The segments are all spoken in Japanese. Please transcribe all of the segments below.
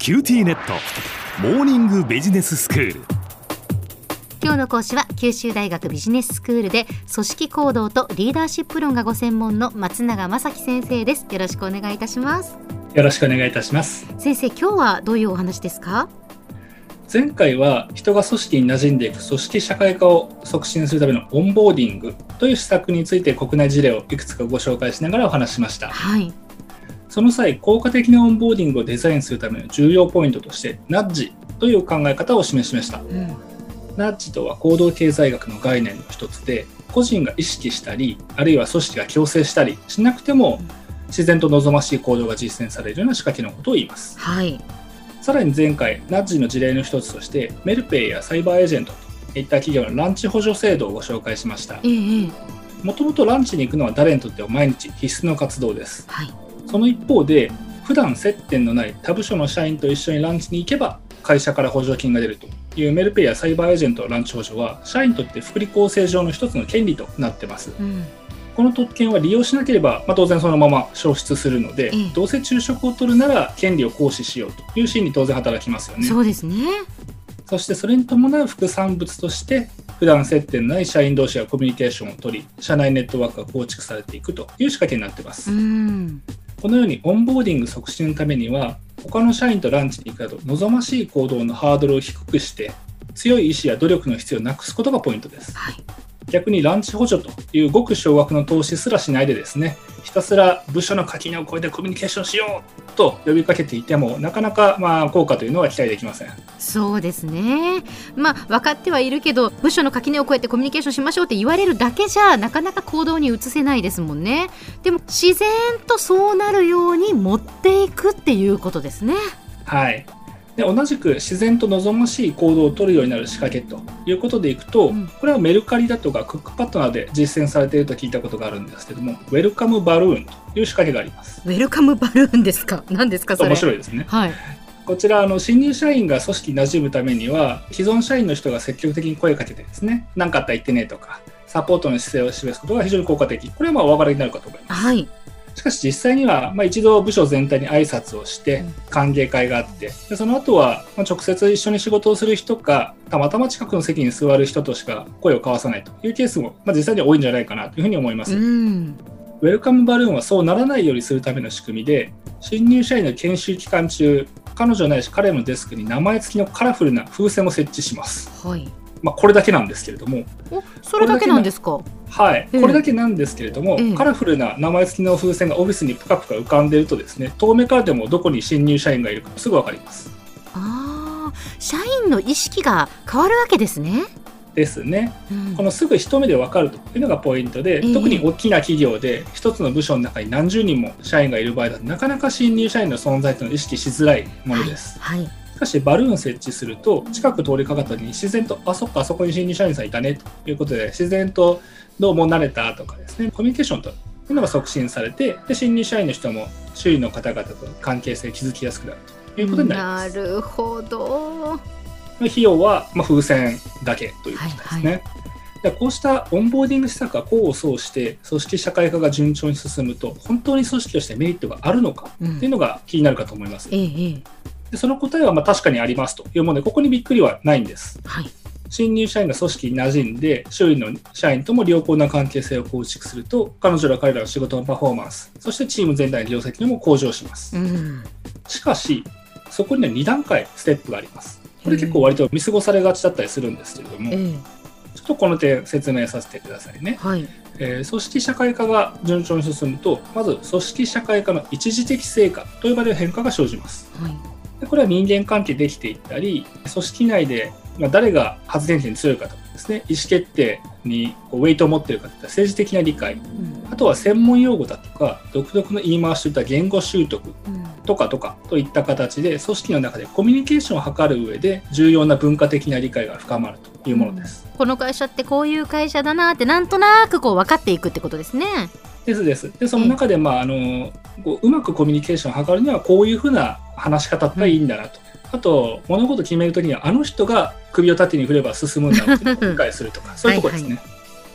キューティーネットモーニングビジネススクール。 今日の講師は九州大学ビジネススクールで組織行動とリーダーシップ論がご専門の松永正樹先生です。よろしくお願いいたします。 よろしくお願いいたします。 先生、今日はどういうお話ですか？ 前回は人が組織に馴染んでいく組織社会化を促進するためのオンボーディングという施策について国内事例をいくつかご紹介しながらお話ししました。 はい。 その際、効果的なオンボーディングをデザインするための重要ポイントとしてナッジという考え方を示しました。ナッジとは行動経済学の概念の一つで、個人が意識したりあるいは組織が強制したりしなくても自然と望ましい行動が実践されるような仕掛けのことを言います。 はい。 さらに前回、ナッジの事例の一つとしてメルペイやサイバーエージェントといった企業のランチ補助制度をご紹介しました。もともとランチに行くのは誰にとっても毎日必須の活動です。 はい。 その一方で普段接点のない他部署の社員と一緒にランチに行けば会社から補助金が出るというメルペイやサイバーエージェントのランチ補助は社員にとって福利厚生上の一つの権利となっています。この特権は利用しなければ、当然そのまま消失するので、どうせ昼食を取るなら権利を行使しようという心理当然働きますよね。 そうですね。 そしてそれに伴う副産物として普段接点のない社員同士がコミュニケーションを取り社内ネットワークが構築されていくという仕掛けになっています。このようにオンボーディング促進のためには他の社員とランチに行くなど望ましい行動のハードルを低くして強い意志や努力の必要をなくすことがポイントです。 はい。 逆にランチ補助というごく少額の投資すらしないでですね、ひたすら部署の垣根を越えてコミュニケーションしようと呼びかけていてもなかなか効果というのは期待できません。 そうですね。分かってはいるけど部署の垣根を越えてコミュニケーションしましょうって言われるだけじゃなかなか行動に移せないですもんね。でも自然とそうなるように持っていくっていうことですね。 はい。で同じく自然と望ましい行動を取るようになる仕掛けということでいくと、これはメルカリだとかクックパッドなどで実践されていると聞いたことがあるんですけども、ウェルカムバルーンという仕掛けがあります。 ウェルカムバルーンですか？何ですかそれ？ 面白いですね。 はい。 こちら新入社員が組織に馴染むためには既存社員の人が積極的に声かけてですね、何かあったら言ってねとかサポートの姿勢を示すことが非常に効果的。これはお分かりになるかと思います。 はい。 しかし実際には、一度部署全体に挨拶をして歓迎会があって、でその後は直接一緒に仕事をする人かたまたま近くの席に座る人としか声を交わさないというケースも、実際には多いんじゃないかなというふうに思います。ウェルカムバルーンはそうならないようにするための仕組みで、新入社員の研修期間中彼女ないし彼のデスクに名前付きのカラフルな風船を設置します。はい。これだけなんですけれども。 それだけなんですか？ はい、これだけなんですけれども、カラフルな名前付きの風船がオフィスにプカプカ浮かんでいるとですね、遠目からでもどこに新入社員がいるかすぐ分かります。 社員の意識が変わるわけですね。 ですね。このすぐ一目で分かるというのがポイントで、特に大きな企業で一つの部署の中に何十人も社員がいる場合だとなかなか新入社員の存在というのを意識しづらいものです。はい。しかしバルーン設置すると近く通りかかった時に自然とあそこに新入社員さんいたねということで自然とどうも慣れたとかですね、コミュニケーションというのが促進されて、で新入社員の人も周囲の方々と関係性を築きやすくなるということになります。 なるほど。 費用は風船だけということですね。でこうしたオンボーディング施策が功を奏して組織社会化が順調に進むと本当に組織としてメリットがあるのかというのが気になるかと思います。でその答えは確かにありますというもので、ここにびっくりはないんです。はい。新入社員が組織に馴染んで周囲の社員とも良好な関係性を構築すると彼女ら彼らの仕事のパフォーマンス、そしてチーム全体の業績にも向上します。しかしそこには2段階ステップがあります。これ結構割と見過ごされがちだったりするんですけれども、ちょっとこの点説明させてくださいね。はい。組織社会化が順調に進むとまず組織社会化の一時的成果と呼ばれる変化が生じます。はい。でこれは人間関係できていったり組織内で誰が発言権に強いかとかですね、意思決定にウェイトを持っているかといった政治的な理解、あとは専門用語だとか独特の言い回しといった言語習得とかといった形で組織の中でコミュニケーションを図る上で重要な文化的な理解が深まるというものです。 この会社ってこういう会社だなってなんとなく分かっていくってことですね。 です。でその中で、うまくコミュニケーションを図るにはこういうふうな話し方がいいんだなと、あと物事を決めるときにはあの人が首を縦に振れば進むんだというのを理解するとかそういうところですね。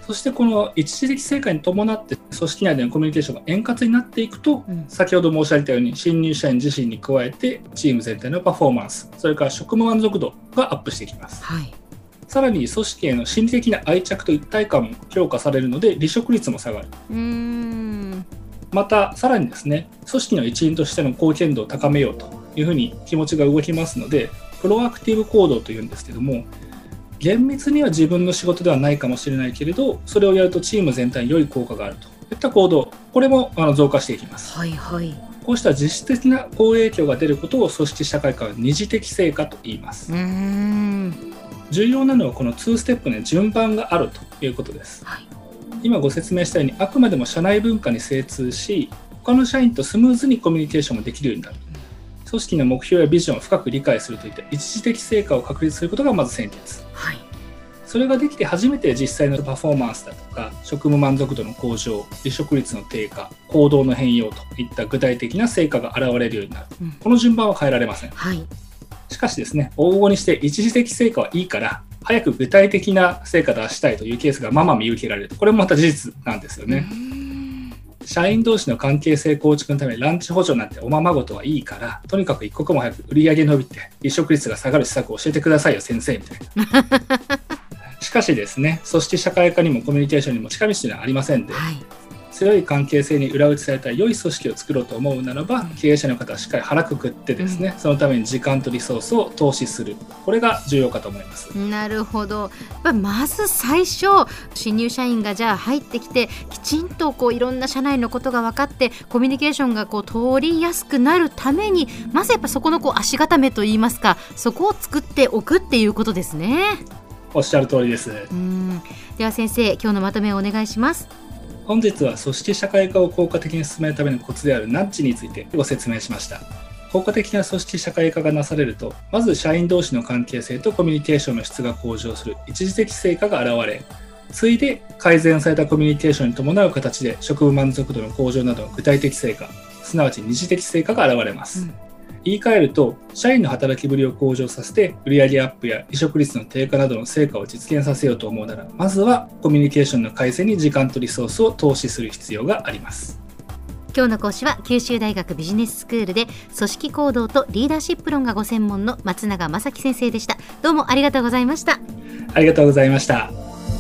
そしてこの一時的成果に伴って組織内でのコミュニケーションが円滑になっていくと、先ほど申し上げたように新入社員自身に加えてチーム全体のパフォーマンス、それから職務満足度がアップしていきます。さらに組織への心理的な愛着と一体感も強化されるので離職率も下がる。またさらにですね、組織の一員としての貢献度を高めようというふうに気持ちが動きますので、プロアクティブ行動というんですけども、厳密には自分の仕事ではないかもしれないけれど、それをやるとチーム全体に良い効果があるといった行動、これも増加していきます。こうした実質的な好影響が出ることを組織社会科は二次的成果と言います。重要なのはこの2ステップの順番があるということです。今ご説明したように、あくまでも社内文化に精通し、他の社員とスムーズにコミュニケーションもできるようになる。組織の目標やビジョンを深く理解するといった一時的成果を確立することがまず先決。それができて初めて実際のパフォーマンスだとか職務満足度の向上、離職率の低下、行動の変容といった具体的な成果が現れるようになる。この順番は変えられません。しかしですね、往々にして一時的成果はいいから早く具体的な成果出したいというケースがまま見受けられると、これもまた事実なんですよね。社員同士の関係性構築のためにランチ補助なんておままごとはいいから、とにかく一刻も早く売り上げ伸びて離職率が下がる施策を教えてくださいよ先生みたいなしかしですね、組織社会科にもコミュニケーションにも近道というのはありませんで、強い関係性に裏打ちされた良い組織を作ろうと思うならば、経営者の方はしっかり腹くくってですね、そのために時間とリソースを投資する、これが重要かと思います。 なるほど。まず最初、新入社員がじゃあ入ってきて、きちんといろんな社内のことが分かってコミュニケーションが通りやすくなるために、まずやっぱそこの足固めといいますか、そこを作っておくっていうことですね。 おっしゃる通りです。 では先生、今日のまとめをお願いします。 本日は組織社会化を効果的に進めるためのコツであるナッジについてご説明しました。効果的な組織社会化がなされると、まず社員同士の関係性とコミュニケーションの質が向上する一時的成果が現れ、次いで改善されたコミュニケーションに伴う形で職務満足度の向上などの具体的成果、すなわち二次的成果が現れます。言い換えると、社員の働きぶりを向上させて売上アップや離職率の低下などの成果を実現させようと思うなら、まずはコミュニケーションの改善に時間とリソースを投資する必要があります。 今日の講師は九州大学ビジネススクールで組織行動とリーダーシップ論がご専門の松永正樹先生でした。どうもありがとうございました。 ありがとうございました。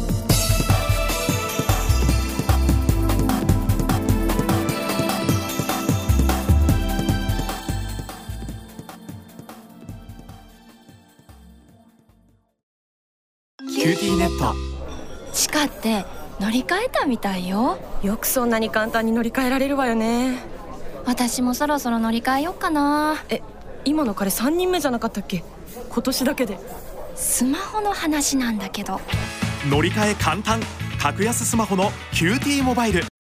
キューティーネット。 地下って乗り換えたみたいよ。 よくそんなに簡単に乗り換えられるわよね。 私もそろそろ乗り換えよっかな。 今の彼3人目じゃなかったっけ？今年だけで。 スマホの話なんだけど。 乗り換え簡単、格安スマホのキューティーモバイル。